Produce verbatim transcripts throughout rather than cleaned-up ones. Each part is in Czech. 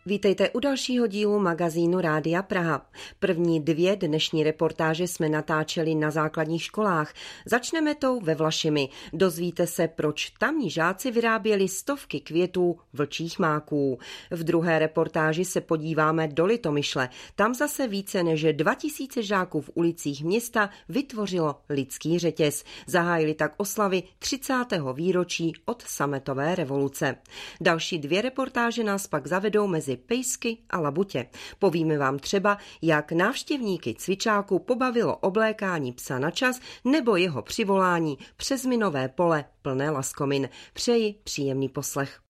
Vítejte u dalšího dílu magazínu Rádia Praha. První dvě dnešní reportáže jsme natáčeli na základních školách. Začneme tou ve Vlašimi. Dozvíte se, proč tamní žáci vyráběli stovky květů vlčích máků. V druhé reportáži se podíváme do Litomyšle. Tam zase více než dva tisíce žáků v ulicích města vytvořilo lidský řetěz. Zahájili tak oslavy třicátého výročí od sametové revoluce. Další dvě reportáže nás pak zavedou mezi Pejsky a Labutě. Povíme vám třeba, jak návštěvníky cvičáku pobavilo oblékání psa na čas nebo jeho přivolání přes minové pole plné laskomin. Přeji příjemný poslech.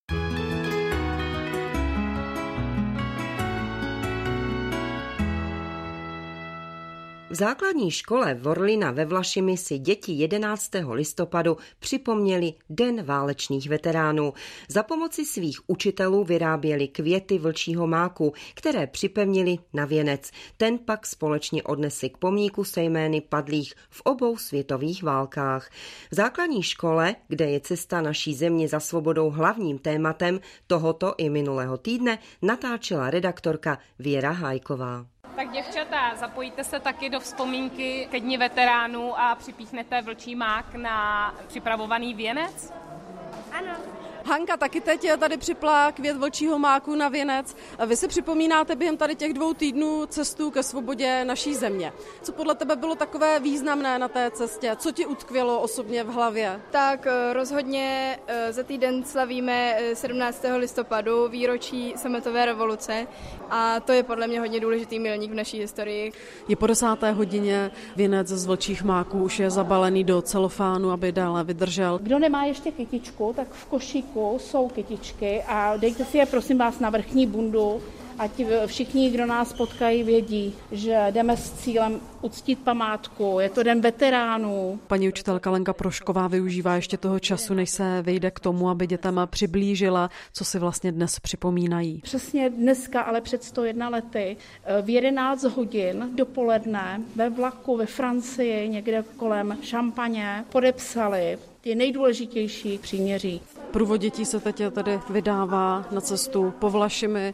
V základní škole Vorlina ve Vlašimi si děti jedenáctého listopadu připomněli Den válečných veteránů. Za pomoci svých učitelů vyráběli květy vlčího máku, které připevnili na věnec. Ten pak společně odnesli k pomníku se jmény padlých v obou světových válkách. V základní škole, kde je cesta naší země za svobodou hlavním tématem, tohoto i minulého týdne natáčela redaktorka Věra Hájková. Tak děvčata, zapojíte se taky do vzpomínky ke dni veteránů a připíchnete vlčí mák na připravovaný věnec? Ano. Hanka taky teď tady připlá květ vlčího máku na věnec. Vy si připomínáte během tady těch dvou týdnů cestu ke svobodě naší země. Co podle tebe bylo takové významné na té cestě? Co ti utkvělo osobně v hlavě? Tak rozhodně za týden slavíme sedmnáctého listopadu výročí sametové revoluce a to je podle mě hodně důležitý milník v naší historii. Je po desáté hodině, věnec z vlčích máků už je zabalený do celofánu, aby dále vydržel. Kdo nemá ještě kytičku, tak v košíku jsou kytičky a dejte si je prosím vás na vrchní bundu, ať všichni, kdo nás potkají, vědí, že jdeme s cílem uctít památku. Je to Den veteránů. Paní učitelka Lenka Prošková využívá ještě toho času, než se vejde k tomu, aby dětem přiblížila, co si vlastně dnes připomínají. Přesně dneska, ale před sto jedna lety, v jedenáct hodin dopoledne ve vlaku ve Francii, někde kolem Šampaně, podepsali ty nejdůležitější příměří. Průvod dětí se teď tedy vydává na cestu po Vlašimi.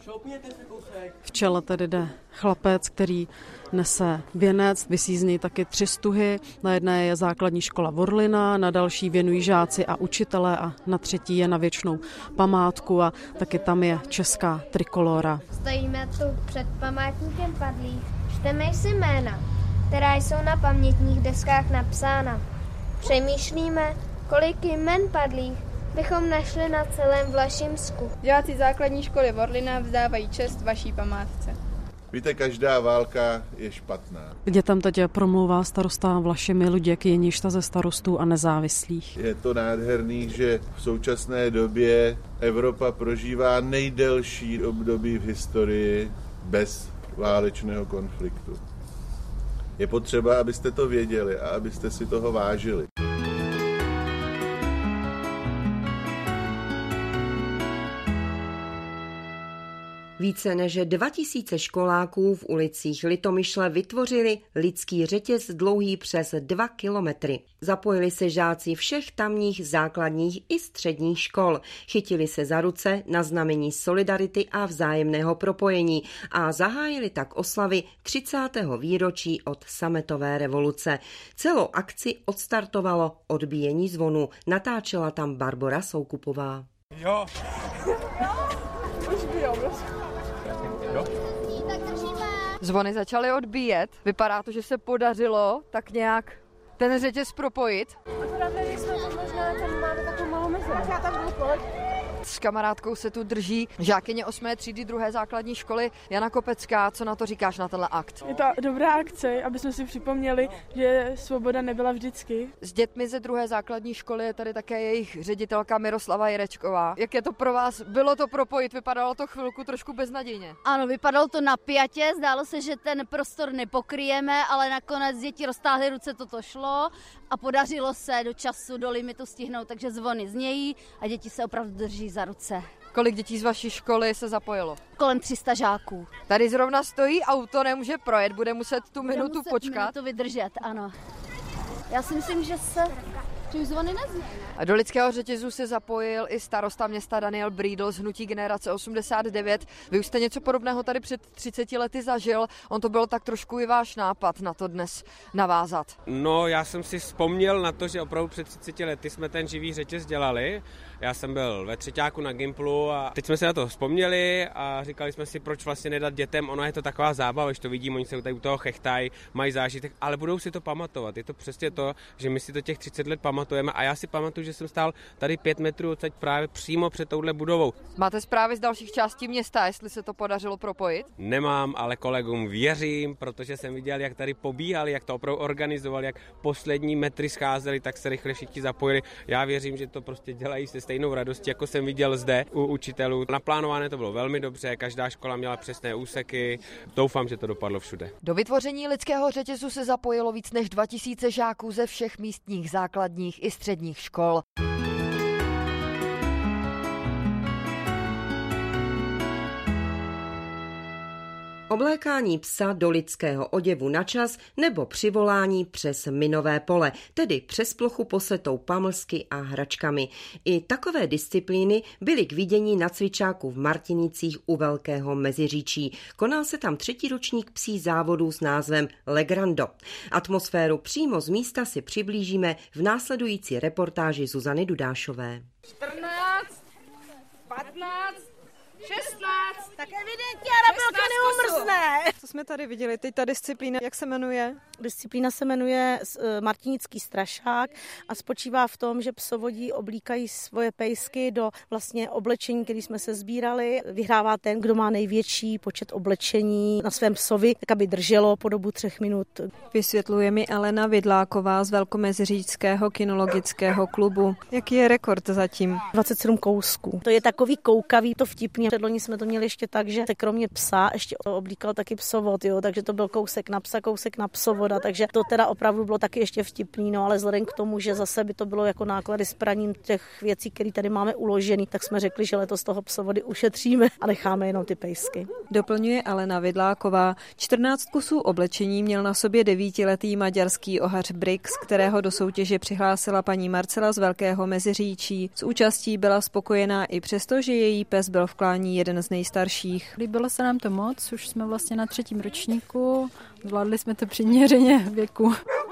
V čele tedy jde chlapec, který nese věnec, visí z něj taky tři stuhy. Na jedné je základní škola Vorlina, na další věnují žáci a učitelé a na třetí je na věčnou památku a taky tam je česká trikolóra. Stojíme tu před památníkem padlých, čteme si jména, která jsou na pamětních deskách napsána. Přemýšlíme, kolik jmen padlých bychom našli na celém Vlašimsku. Žáci základní školy Vorlina vzdávají čest vaší památce. Víte, každá válka je špatná. Dětem teď promlouvá starosta Vlašimi Luděk Jeništa ze Starostů a nezávislých. Je to nádherný, že v současné době Evropa prožívá nejdelší období v historii bez válečného konfliktu. Je potřeba, abyste to věděli a abyste si toho vážili. Více než dva tisíce školáků v ulicích Litomyšle vytvořili lidský řetěz dlouhý přes dva kilometry. Zapojili se žáci všech tamních základních i středních škol. Chytili se za ruce na znamení solidarity a vzájemného propojení a zahájili tak oslavy třicátého výročí od sametové revoluce. Celou akci odstartovalo odbíjení zvonu. Natáčela tam Barbora Soukupová. Jo. Už bijou, Zvony začaly odbíjet. Vypadá to, že se podařilo tak nějak ten řetěz propojit. Akorát nejsme možná, tam máme takovou malou mezeru. Já tam budu pojď. S kamarádkou se tu drží žákyně osmé třídy druhé základní školy Jana Kopecká. Co na to říkáš na tenhle akt? Je to dobrá akce, aby jsme si připomněli, že svoboda nebyla vždycky. S dětmi ze druhé základní školy je tady také jejich ředitelka Miroslava Jirečková. Jak je to pro vás? Bylo to propojit? Vypadalo to chvilku trošku beznadějně. Ano, vypadalo to napjatě, zdálo se, že ten prostor nepokryjeme, ale nakonec děti roztáhly ruce, toto šlo a podařilo se do času, do limitu stihnout, takže zvony znějí a děti se opravdu drží za ruce. Kolik dětí z vaší školy se zapojilo? Kolem tři sta žáků. Tady zrovna stojí auto, nemůže projet, bude muset tu bude minutu muset počkat. Minutu vydržet, ano. Já si myslím, že se Že už zvony nezní. A do lidského řetězu se zapojil i starosta města Daniel Brídl z hnutí Generace osmdesát devět. Vy už jste něco podobného tady před třiceti lety zažil. On to byl tak trošku i váš nápad na to dnes navázat. No, já jsem si vzpomněl na to, že opravdu před třiceti lety jsme ten živý řetěz dělali. Já jsem byl ve třeťáku na Gimplu a teď jsme se na to vzpomněli a říkali jsme si, proč vlastně nedat dětem. Ono je to taková zábava, že to vidím, oni se tady u toho chechtají, mají zážitek, ale budou si to pamatovat. Je to přesně to, že my si to těch třicet let pamatujeme a já si pamatuju, že jsem stál tady pět metrů odsaď právě přímo před touhle budovou. Máte zprávy z dalších částí města, jestli se to podařilo propojit? Nemám, ale kolegům věřím, protože jsem viděl, jak tady pobíhali, jak to opravdu organizovali, jak poslední metry scházeli, tak se rychle všichni zapojili. Já věřím, že to prostě dělají se stejnou radostí, jako jsem viděl zde u učitelů. Naplánované to bylo velmi dobře, každá škola měla přesné úseky. Doufám, že to dopadlo všude. Do vytvoření lidského řetězu se zapojilo víc než dva tisíce žáků ze všech místních základních i středních škol. Oblékání psa do lidského oděvu na čas nebo přivolání přes minové pole, tedy přes plochu posetou pamlsky a hračkami. I takové disciplíny byly k vidění na cvičáku v Martinicích u Velkého Meziříčí. Konal se tam třetí ročník psí závodů s názvem Legrando. Atmosféru přímo z místa si přiblížíme v následující reportáži Zuzany Dudášové. čtrnáct, patnáct, šestnáct, tak evidentně Arabelka neumrzne. Co jsme tady viděli, teď ta disciplína, jak se jmenuje? Disciplína se jmenuje Martinický strašák a spočívá v tom, že psovodí oblíkají svoje pejsky do vlastně oblečení, který jsme se sbírali. Vyhrává ten, kdo má největší počet oblečení na svém psovi, tak aby drželo po dobu třech minut. Vysvětluje mi Alena Vidláková z Velkomeziříčského kinologického klubu. Jaký je rekord zatím? dvacet sedm kousků. To je takový koukavý, to vtipný. Předloni jsme to měli ještě tak, že se kromě psa ještě oblíkal taky psovod, jo, takže to byl kousek na psa, kousek na psovoda, takže to teda opravdu bylo taky ještě vtipný, no, ale vzhledem k tomu, že zase by to bylo jako náklady s praním těch věcí, které tady máme uložený, tak jsme řekli, že letos toho psovody ušetříme a necháme jenom ty pejsky. Doplňuje Alena Vidláková. čtrnáct kusů oblečení měl na sobě devítiletý maďarský ohař Brix, kterého do soutěže přihlásila paní Marcela z Velkého Meziříčí. S účastí byla spokojená i přesto, že její pes byl v klání jeden z nejstarších. Líbilo se nám to moc, už jsme vlastně na třetím ročníku, zvládli jsme to přiměřeně věku.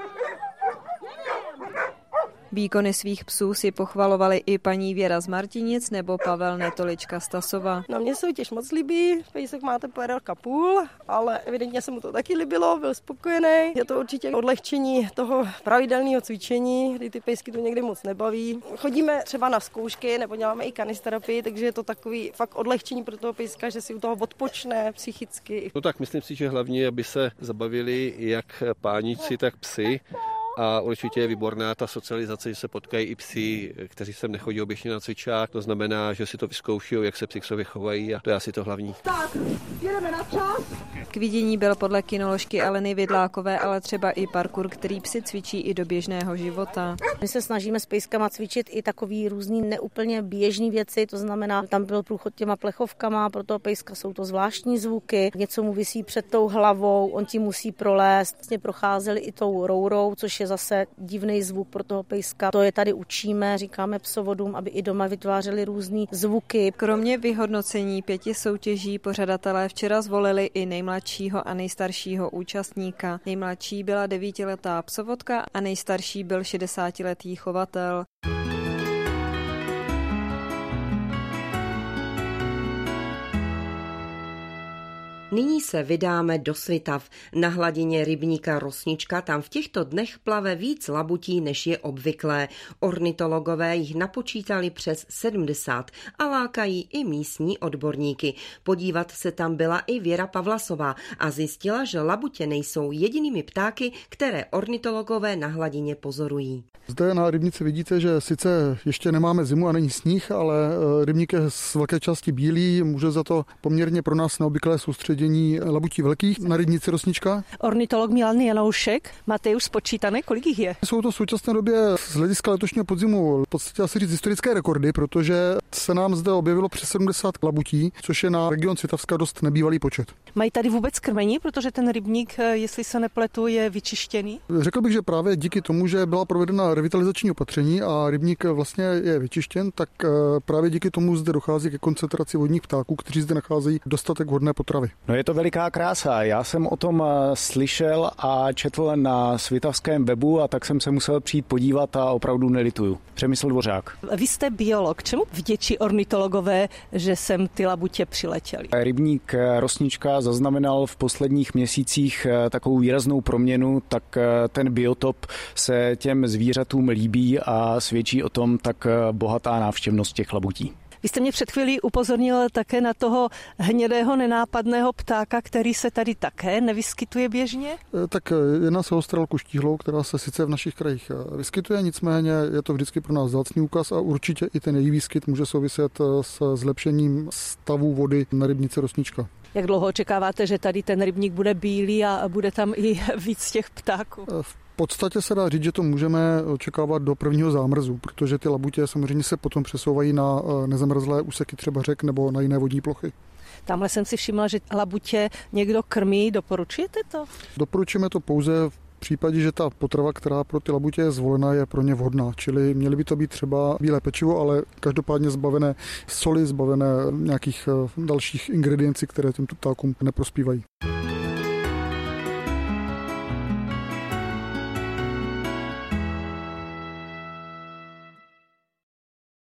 Výkony svých psů si pochvalovali i paní Věra z Martinic nebo Pavel Netolička z Tasova. No mě soutěž moc líbí, pejsek máte po roka půl, ale evidentně se mu to taky líbilo, byl spokojený. Je to určitě odlehčení toho pravidelného cvičení, kdy ty pejsky to někdy moc nebaví. Chodíme třeba na zkoušky nebo děláme i kanisterapii, takže je to takový fakt odlehčení pro toho pejska, že si u toho odpočne psychicky. No tak myslím si, že hlavně, aby se zabavili jak pánici, tak psi. A určitě je výborná ta socializace, že se potkají i psi, kteří sem nechodí oběžně na cvičák. To znamená, že si to vyzkouší, jak se psi k sobě chovají a to je asi to hlavní. Tak, jedeme na čas. K vidění byl podle kinoložky Aleny Vidlákové ale třeba i parkour, který psi cvičí i do běžného života. My se snažíme s pejskama cvičit i takový různý neúplně běžný věci, to znamená, tam byl průchod těma plechovkama, pro toho pejska jsou to zvláštní zvuky, něco mu visí před tou hlavou, on tím musí prolézt. Vlastně procházeli i tou rourou, což je zase divný zvuk pro toho pejska. To je tady učíme, říkáme psovodům, aby i doma vytvářeli různý zvuky. Kromě vyhodnocení pěti soutěží pořadatelé včera zvolili i nejmladšího a nejstaršího účastníka. Nejmladší byla devítiletá psovodka a nejstarší byl šedesátiletý chovatel. Nyní se vydáme do Svitav. Na hladině rybníka Rosnička tam v těchto dnech plave víc labutí, než je obvyklé. Ornitologové jich napočítali přes sedmdesát a lákají i místní odborníky. Podívat se tam byla i Věra Pavlasová a zjistila, že labutě nejsou jedinými ptáky, které ornitologové na hladině pozorují. Zde na rybnici vidíte, že sice ještě nemáme zimu a není sníh, ale rybník je z velké části bílý, může za to poměrně pro nás neobvyklé soustředění labutí velkých na rybnici Rosnička. Ornitolog Milan Janoušek, máte už spočítané, kolik jich je? Jsou to v současné době z hlediska letošního podzimu v podstatě asi říct historické rekordy, protože se nám zde objevilo přes sedmdesát labutí, což je na region Svitavska dost nebývalý počet. Mají tady vůbec krmení, protože ten rybník, jestli se nepletu, je vyčištěný? Řekl bych, že právě díky tomu, že byla provedena revitalizační opatření a rybník vlastně je vyčištěn, tak právě díky tomu zde dochází ke koncentraci vodních ptáků, kteří zde nacházejí dostatek vhodné potravy. No je to veliká krása. Já jsem o tom slyšel a četl na svitavském webu a tak jsem se musel přijít podívat a opravdu nelituju. Přemysl Dvořák. Vy jste biolog. Čemu vděčí ornitologové, že sem ty labutě přiletěli? Rybník Rosnička zaznamenal v posledních měsících takovou výraznou proměnu, tak ten biotop se těm zvířatům líbí a svědčí o tom tak bohatá návštěvnost těch labutí. Vy jste mě před chvílí upozornil také na toho hnědého nenápadného ptáka, který se tady také nevyskytuje běžně? Tak jedná se o strelku štíhlou, která se sice v našich krajích vyskytuje, nicméně je to vždycky pro nás vzácný úkaz a určitě i ten její výskyt může souviset s zlepšením stavu vody na rybníce Rosnička. Jak dlouho očekáváte, že tady ten rybník bude bílý a bude tam i víc těch ptáků? V podstatě se dá říct, že to můžeme očekávat do prvního zámrzu, protože ty labutě samozřejmě se potom přesouvají na nezamrzlé úseky třeba řek nebo na jiné vodní plochy. Tamhle jsem si všimla, že labutě někdo krmí. Doporučujete to? Doporučujeme to pouze v případě, že ta potrava, která pro ty labutě je zvolená, je pro ně vhodná. Čili měly by to být třeba bílé pečivo, ale každopádně zbavené soli, zbavené nějakých dalších ingrediencí, které těmto ptákům neprospívají.